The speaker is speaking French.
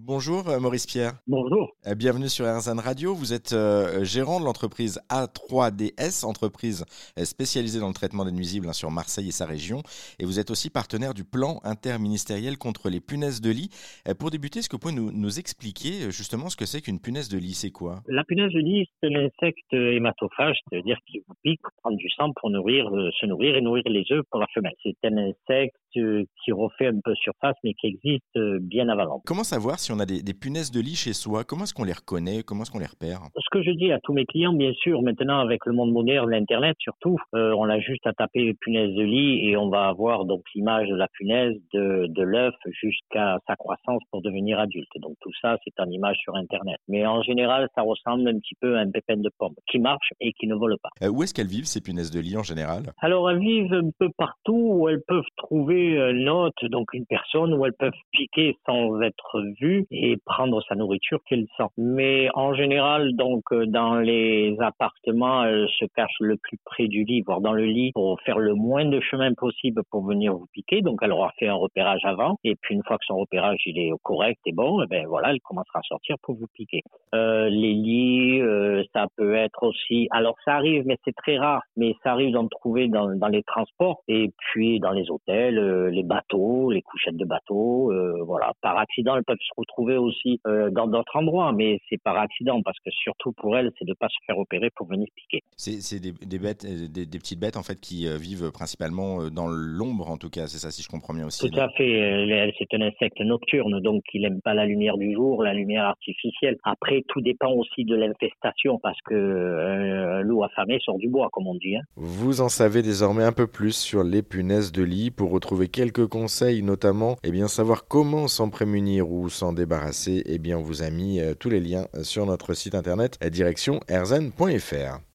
Bonjour Maurice Pierre. Bonjour. Bienvenue sur RZN Radio. Vous êtes gérant de l'entreprise A3DS, entreprise spécialisée dans le traitement des nuisibles sur Marseille et sa région. Et vous êtes aussi partenaire du plan interministériel contre les punaises de lit. Pour débuter, est-ce que vous pouvez nous expliquer justement ce que c'est qu'une punaise de lit? C'est quoi? La punaise de lit, c'est un insecte hématophage, c'est-à-dire qu'il vous pique pour prendre du sang pour se nourrir et nourrir les œufs pour la femelle. C'est un insecte qui refait un peu surface, mais qui existe bien avant. Comment savoir si on a des punaises de lit chez soi? Comment est-ce qu'on les reconnaît? Comment est-ce qu'on les repère? Ce que je dis à tous mes clients, bien sûr, maintenant avec le monde moderne, l'Internet surtout, on a juste à taper punaise de lit et on va avoir donc l'image de la punaise, de l'œuf jusqu'à sa croissance pour devenir adulte. Donc tout ça, c'est en image sur Internet. Mais en général, ça ressemble un petit peu à un pépin de pomme qui marche et qui ne vole pas. Où est-ce qu'elles vivent, ces punaises de lit en général? Alors elles vivent un peu partout où elles peuvent trouver un hôte, donc une personne, où elles peuvent piquer sans être vues et prendre sa nourriture qu'elles sentent. Mais en général, donc dans les appartements, elles se cachent le plus près du lit, voire dans le lit, pour faire le moins de chemin possible pour venir vous piquer. Donc elle aura fait un repérage avant, et puis une fois que son repérage il est correct et bon, et ben voilà, elle commencera à sortir pour vous piquer. Les lits, ça peut être aussi. Alors ça arrive, mais c'est très rare. Mais ça arrive d'en trouver dans les transports et puis dans les hôtels, les bateaux, les couchettes de bateaux. Voilà, par accident, elles peuvent se retrouver aussi dans d'autres endroits, mais c'est par accident parce que surtout pour elles, c'est de pas se faire opérer pour venir piquer. C'est des bêtes, des petites bêtes en fait qui vivent principalement dans l'ombre en tout cas. C'est ça, si je comprends bien aussi. Tout à fait. C'est un insecte nocturne, donc il aime pas la lumière du jour, la lumière artificielle. Après, tout dépend aussi de l'infestation parce que un loup affamé sort du bois, comme on dit. Vous en savez désormais un peu plus sur les punaises de lit. Pour retrouver quelques conseils, notamment savoir comment s'en prémunir ou s'en débarrasser, on vous a mis tous les liens sur notre site internet direction rzn.fr.